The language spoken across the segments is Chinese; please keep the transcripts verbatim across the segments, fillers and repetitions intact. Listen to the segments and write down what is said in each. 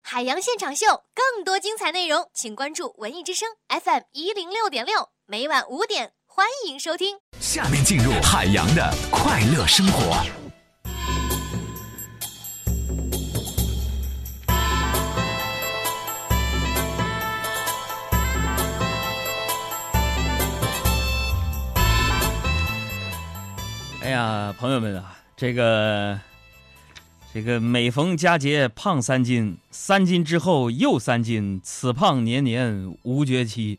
海洋现场秀，更多精彩内容，请关注文艺之声 F M 一零六点六，每晚五点，欢迎收听。 下面进入海洋的快乐生活。 哎呀，朋友们啊，这个这个每逢佳节胖三斤，三斤之后又三斤，此胖年年无绝期。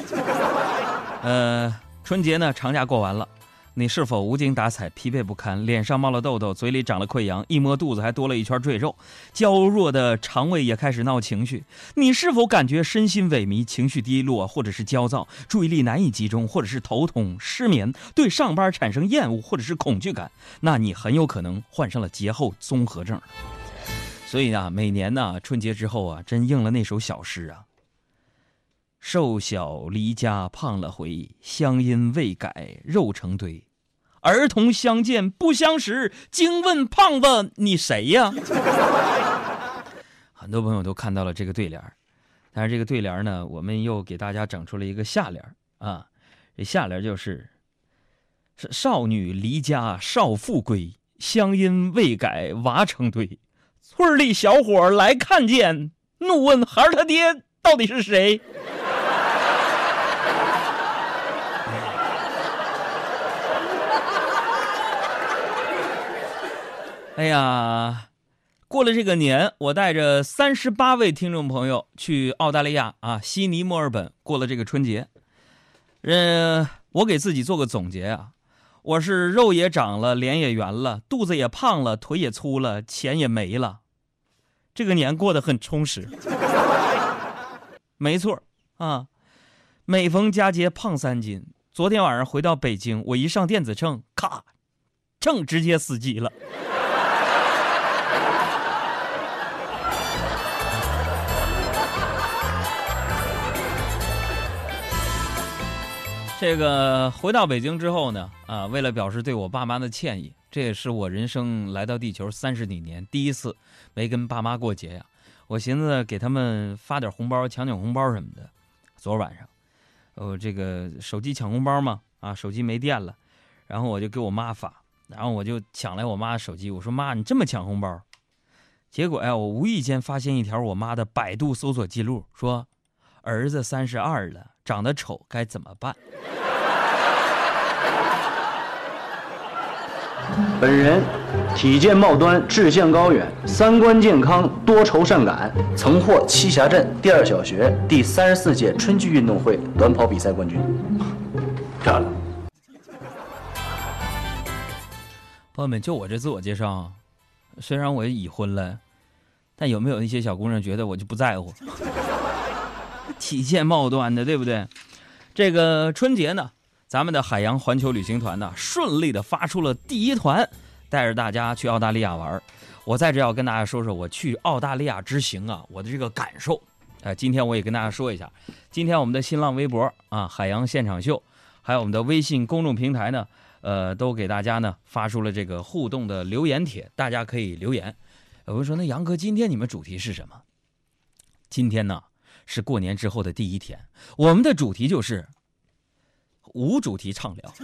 呃，春节呢，长假过完了，你是否无精打采、疲惫不堪，脸上冒了痘痘，嘴里长了溃疡，一摸肚子还多了一圈赘肉，娇弱的肠胃也开始闹情绪？你是否感觉身心萎靡、情绪低落，或者是焦躁，注意力难以集中，或者是头痛、失眠，对上班产生厌恶或者是恐惧感？那你很有可能患上了节后综合症。所以啊，每年呢、啊、春节之后啊，真应了那首小诗啊：瘦小离家胖了回，乡音未改肉成堆。儿童相见不相识，惊问胖子你谁呀？很多朋友都看到了这个对联，但是这个对联呢，我们又给大家整出了一个下联啊。这下联就是少女离家少妇归，乡音未改娃成堆。村里小伙来看见，怒问孩儿他爹到底是谁？哎呀，过了这个年，我带着三十八位听众朋友去澳大利亚啊，悉尼、墨尔本过了这个春节。呃，我给自己做个总结啊，我是肉也长了，脸也圆了，肚子也胖了，腿也粗了，钱也没了。这个年过得很充实。没错啊，每逢佳节胖三斤。昨天晚上回到北京，我一上电子秤，咔，秤直接死机了。这个回到北京之后呢，啊，为了表示对我爸妈的歉意，这也是我人生来到地球三十几年第一次没跟爸妈过节呀。我寻思给他们发点红包，抢抢红包什么的。昨晚上，呃，这个手机抢红包嘛，啊，手机没电了，然后我就给我妈发，然后我就抢来我妈的手机，我说妈，你这么抢红包？结果呀，我无意间发现一条我妈的百度搜索记录，说儿子三十二了，长得丑该怎么办？ 本人体健貌端，志向高远，三观健康，多愁善感，曾获栖霞镇第二小学第三十四届春季运动会短跑比赛冠军。漂亮！ 朋友们，就我这自我介绍，虽然我已婚了，但有没有一些小姑娘觉得我就不在乎？体健貌端的，对不对？这个春节呢，咱们的海洋环球旅行团呢，顺利的发出了第一团，带着大家去澳大利亚玩。我在这要跟大家说说我去澳大利亚之行啊，我的这个感受。呃，今天我也跟大家说一下，今天我们的新浪微博啊，海洋现场秀，还有我们的微信公众平台呢，呃，都给大家呢发出了这个互动的留言帖，大家可以留言。有人说，那杨哥，今天你们主题是什么？今天呢是过年之后的第一天，我们的主题就是无主题畅聊。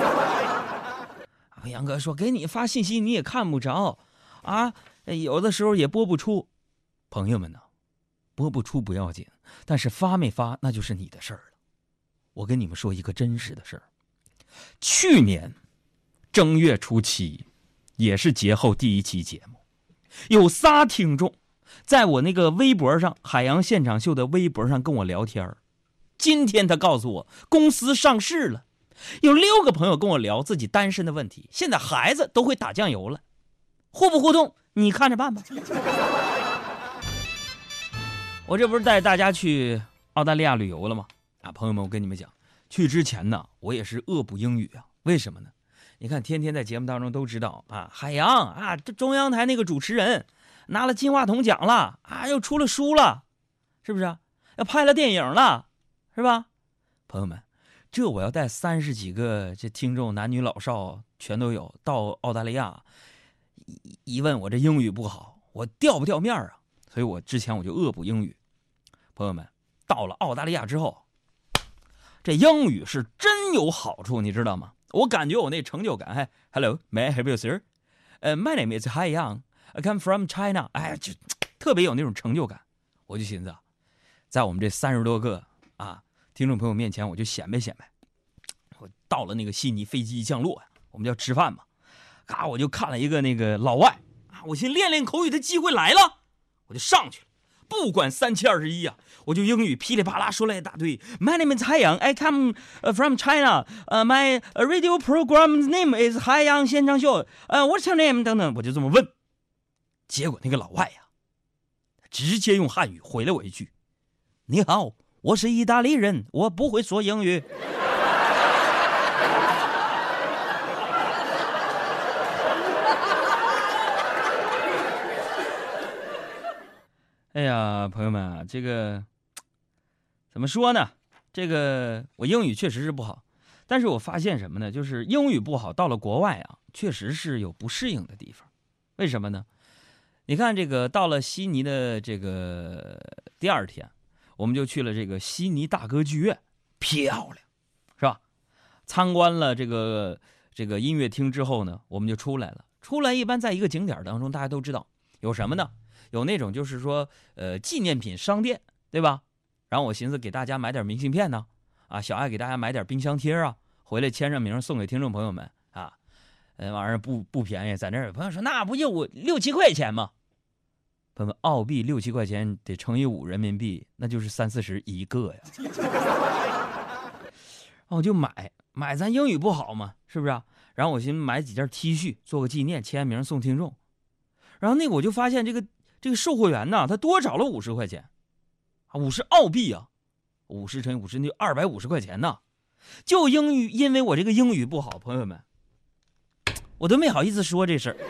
杨哥说，给你发信息你也看不着啊，有的时候也播不出。朋友们呢，播不出不要紧，但是发没发那就是你的事儿了。我跟你们说一个真实的事儿，去年正月初七也是节后第一期节目，有仨听众在我那个微博上，海洋现场秀的微博上跟我聊天。今天他告诉我公司上市了，有六个朋友跟我聊自己单身的问题，现在孩子都会打酱油了，互不互动你看着办吧。我这不是带大家去澳大利亚旅游了吗？啊，朋友们，我跟你们讲，去之前呢，我也是恶补英语啊。为什么呢？你看天天在节目当中都知道啊，海洋啊，这中央台那个主持人拿了金话筒奖了啊，又出了书了，是不是啊？要拍了电影了，是吧？朋友们，这我要带三十几个这听众，男女老少全都有，到澳大利亚，一一问我这英语不好，我掉不掉面啊？ 所以我之前我就恶补英语。朋友们，到了澳大利亚之后，这英语是真有好处，你知道吗？我感觉我那成就感。哎 ，Hello, may I help you, sir? 呃、uh, ，My name is Hai Yang. I come from China. 哎，就特别有那种成就感。我就寻思，在我们这三十多个啊听众朋友面前，我就显摆显摆。我到了那个悉尼，飞机一降落，我们就要吃饭嘛。嘎，我就看了一个那个老外啊，我寻练练口语的机会来了，我就上去了。不管三七二十一啊，我就英语噼里啪啦说了一大堆。My name is Hai Yang. I come from China. 呃、uh, ，My radio program's name is Hai Yang 现场秀。呃、uh, ，What's your name？ 等等，我就这么问。结果那个老外呀、啊，直接用汉语回了我一句：“你好，我是意大利人，我不会说英语。”哎呀，朋友们啊，这个怎么说呢？这个我英语确实是不好，但是我发现什么呢？就是英语不好，到了国外啊，确实是有不适应的地方。为什么呢？你看，这个到了悉尼的这个第二天，我们就去了这个悉尼大歌剧院，漂亮，是吧？参观了这个这个音乐厅之后呢，我们就出来了。出来一般在一个景点当中，大家都知道有什么呢？有那种就是说，呃，纪念品商店，对吧？然后我寻思给大家买点明信片呢，啊，小爱给大家买点冰箱贴啊，回来签上名送给听众朋友们啊。呃，玩意儿不不便宜，在那儿有朋友说那不就我六七块钱吗？朋友们，澳币六七块钱得乘以五人民币，那就是三四十一个呀。我就买买，咱英语不好嘛，是不是啊？然后我寻思买几件 T 恤做个纪念，签名送听众。然后那个我就发现这个。这个售货员呢，他多找了五十块钱，啊，五十澳币啊，五十乘以五十，那就二百五十块钱呢。就英语，因为我这个英语不好，朋友们，我都没好意思说这事儿。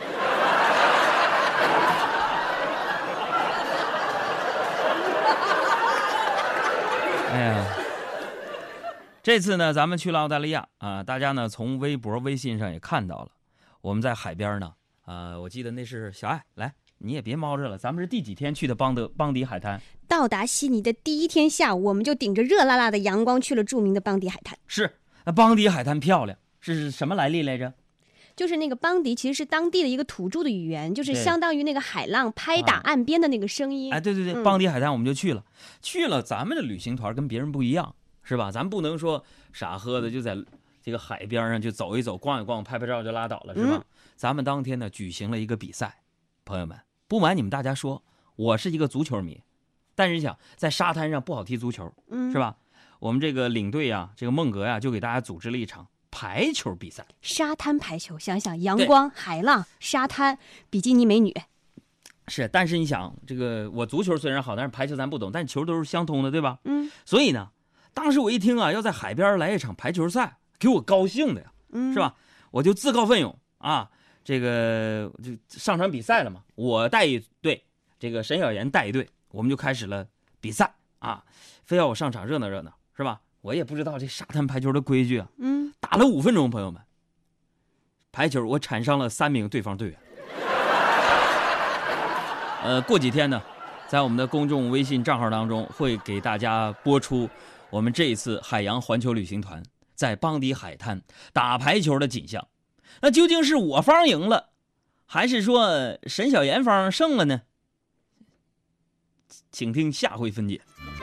哎呀，这次呢，咱们去了澳大利亚啊，大家呢从微博、微信上也看到了，我们在海边呢，啊，我记得那是小爱来。你也别猫着了，咱们是第几天去的邦德邦迪海滩？ 到达悉尼的第一天下午，我们就顶着热辣辣的阳光去了著名的邦迪海滩。 是，邦迪海滩漂亮，是什么来历来着？ 就是那个邦迪其实是当地的一个土著的语言，就是相当于那个海浪拍打岸边的那个声音。 哎，对对对，邦迪海滩我们就去了，嗯、去了。咱们的旅行团跟别人不一样，是吧？咱不能说傻喝的就在这个海边上就走一走、逛一逛、拍拍照就拉倒了，是吧？嗯、咱们当天呢举行了一个比赛，朋友们。不瞒你们大家说，我是一个足球迷，但是你想在沙滩上不好踢足球，嗯，是吧？我们这个领队呀、啊，这个孟格呀、啊，就给大家组织了一场排球比赛。 沙滩排球，想想阳光、海浪、沙滩、比基尼美女， 是。但是你想，这个我足球虽然好，但是排球咱不懂，但球都是相通的，对吧？ 嗯。 所以呢，当时我一听啊，要在海边来一场排球赛，给我高兴的呀，嗯，是吧？我就自告奋勇啊。这个就上场比赛了嘛，我带一队，这个沈小岩带一队，我们就开始了比赛啊，非要我上场热闹热闹，是吧？我也不知道这沙滩排球的规矩啊， 嗯， 打了五分钟，朋友们，排球我铲伤了三名对方队员。呃，过几天呢，在我们的公众微信账号当中会给大家播出我们这一次海洋环球旅行团在邦迪海滩打排球的景象。那究竟是我方赢了，还是说沈小岩方胜了呢？请听下回分解。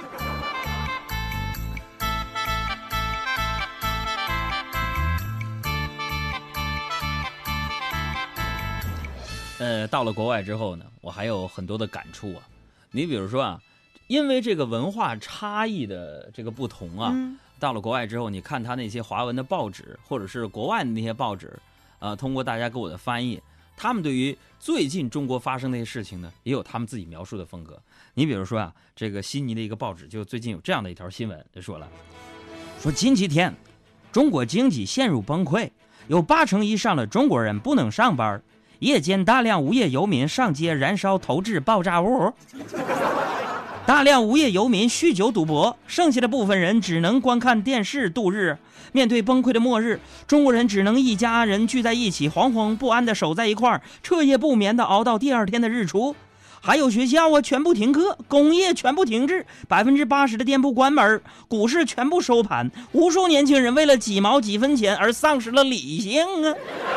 呃，到了国外之后呢，我还有很多的感触啊。你比如说啊，因为这个文化差异的这个不同啊，嗯、到了国外之后，你看他那些华文的报纸，或者是国外的那些报纸。呃，通过大家给我的翻译，他们对于最近中国发生的一些事情呢，也有他们自己描述的风格。你比如说啊，这个悉尼的一个报纸就最近有这样的一条新闻，就说了，说近几天中国经济陷入崩溃，有八成以上的中国人不能上班，夜间大量无业游民上街燃烧投掷爆炸物，大量无业游民酗酒赌博，剩下的部分人只能观看电视度日。面对崩溃的末日，中国人只能一家人聚在一起，惶惶不安地守在一块儿，彻夜不眠地熬到第二天的日出。 还有学校啊全部停课，工业全部停滞，百分之八十的店铺关门，股市全部收盘，无数年轻人为了几毛几分钱而丧失了理性啊。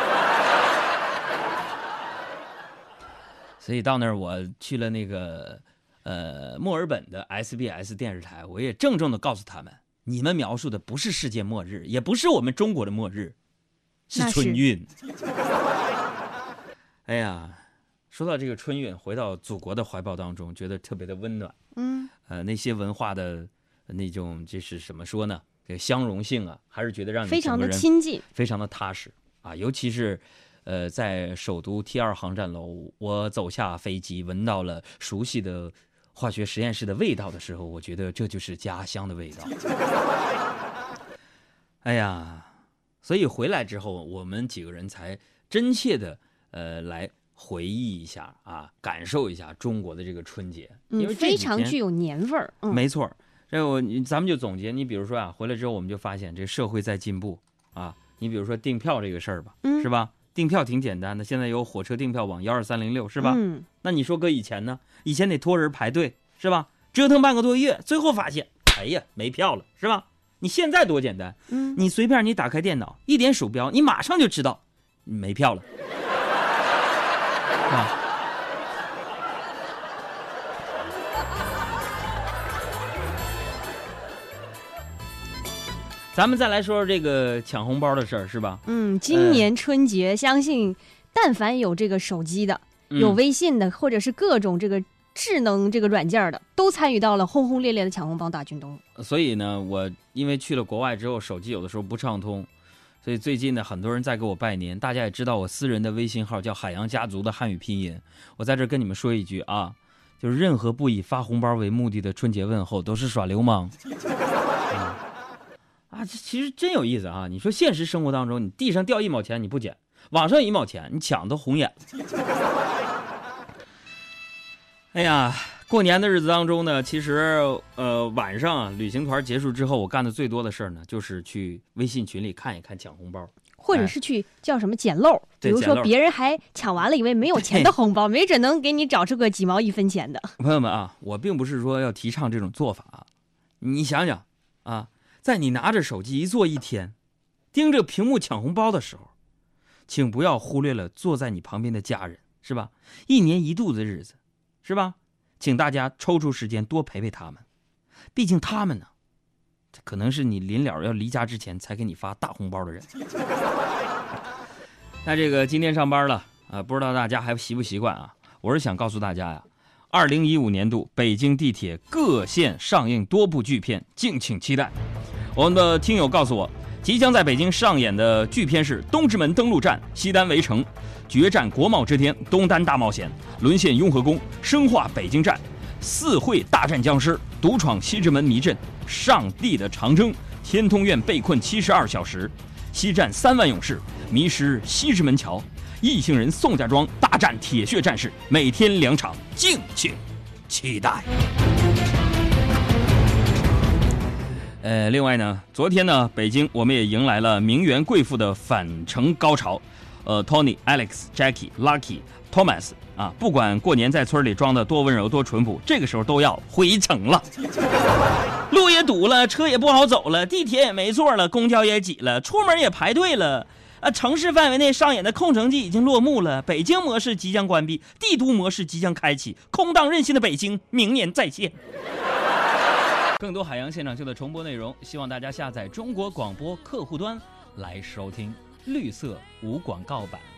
所以到那儿我去了那个呃墨尔本的 S B S 电视台，我也郑重的告诉他们，你们描述的不是世界末日，也不是我们中国的末日，是春运。哎呀，说到这个春运，回到祖国的怀抱当中，觉得特别的温暖。 嗯， 呃，那些文化的那种，就是怎么说呢？这个相容性啊，还是觉得让你非常的整个人亲近， 非常的踏实啊。尤其是，呃，在首都 T 二航站楼，我走下飞机，闻到了熟悉的化学实验室的味道的时候，我觉得这就是家乡的味道。哎呀，所以回来之后，我们几个人才真切的呃来回忆一下啊，感受一下中国的这个春节，因为嗯，非常具有年味儿。嗯， 没错，这我咱们就总结，你比如说啊，回来之后我们就发现这社会在进步啊。你比如说订票这个事儿吧， 嗯， 是吧？订票挺简单的，现在有火车订票网幺二三零六，是吧？ 嗯， 那你说搁以前呢？以前得托人排队，是吧？折腾半个多月，最后发现，哎呀，没票了，是吧？你现在多简单， 嗯， 你随便你打开电脑，一点鼠标，你马上就知道你没票了，是吧？咱们再来说说这个抢红包的事儿，是吧？ 嗯，今年春节，呃、相信但凡有这个手机的、 嗯、 有微信的，或者是各种这个智能这个软件的，都参与到了轰轰烈烈的抢红包大军中。 所以呢，我因为去了国外之后，手机有的时候不畅通，所以最近呢，很多人在给我拜年。大家也知道我私人的微信号叫海洋家族的汉语拼音，我在这跟你们说一句啊，就是任何不以发红包为目的的春节问候都是耍流氓。嗯啊，这其实真有意思啊！你说现实生活当中，你地上掉一毛钱你不捡，网上一毛钱你抢都红眼了。哎呀，过年的日子当中呢，其实呃晚上啊，旅行团结束之后，我干的最多的事儿呢，就是去微信群里看一看抢红包， 或者是去叫什么捡漏，比如说别人还抢完了，以为没有钱的红包，没准能给你找出个几毛一分钱的。 朋友们啊，我并不是说要提倡这种做法啊，你想想啊。在你拿着手机一坐一天，盯着屏幕抢红包的时候，请不要忽略了坐在你旁边的家人，是吧？一年一度的日子，是吧？请大家抽出时间多陪陪他们，毕竟他们呢，可能是你临了要离家之前才给你发大红包的人。那这个今天上班了啊，不知道大家还习不习惯啊？我是想告诉大家呀，二零一五年度北京地铁各线上映多部巨片，敬请期待。我们的听友告诉我，即将在北京上演的巨片是《东直门登陆战》《西单围城》《决战国贸之天》《东单大冒险》《沦陷雍和宫》《生化北京站》《四会大战僵尸》《独闯西直门迷阵》《上帝的长征》《天通苑被困七十二小时》《西战三万勇士》《迷失西直门桥》《异姓人宋家庄大战铁血战士》，每天两场，敬请期待。呃，另外呢，昨天呢，北京我们也迎来了名媛贵妇的返程高潮，呃 ，Tony、Alex、Jackie、Lucky、Thomas 啊，不管过年在村里装的多温柔多淳朴，这个时候都要回城了。路也堵了，车也不好走了，地铁也没座了，公交也挤了，出门也排队了。啊，城市范围内上演的空城计已经落幕了，北京模式即将关闭，帝都模式即将开启，空荡任性的北京，明年再现。更多海洋现场秀的重播内容，希望大家下载中国广播客户端来收听，绿色无广告版。